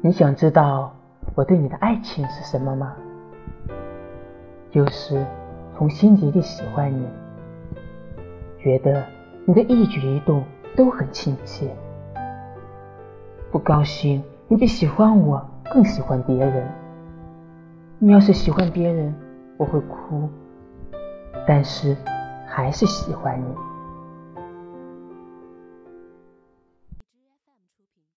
你想知道我对你的爱情是什么吗？就是从心底里喜欢你，觉得你的一举一动都很亲切。不高兴，你比喜欢我更喜欢别人。你要是喜欢别人，我会哭，但是还是喜欢你。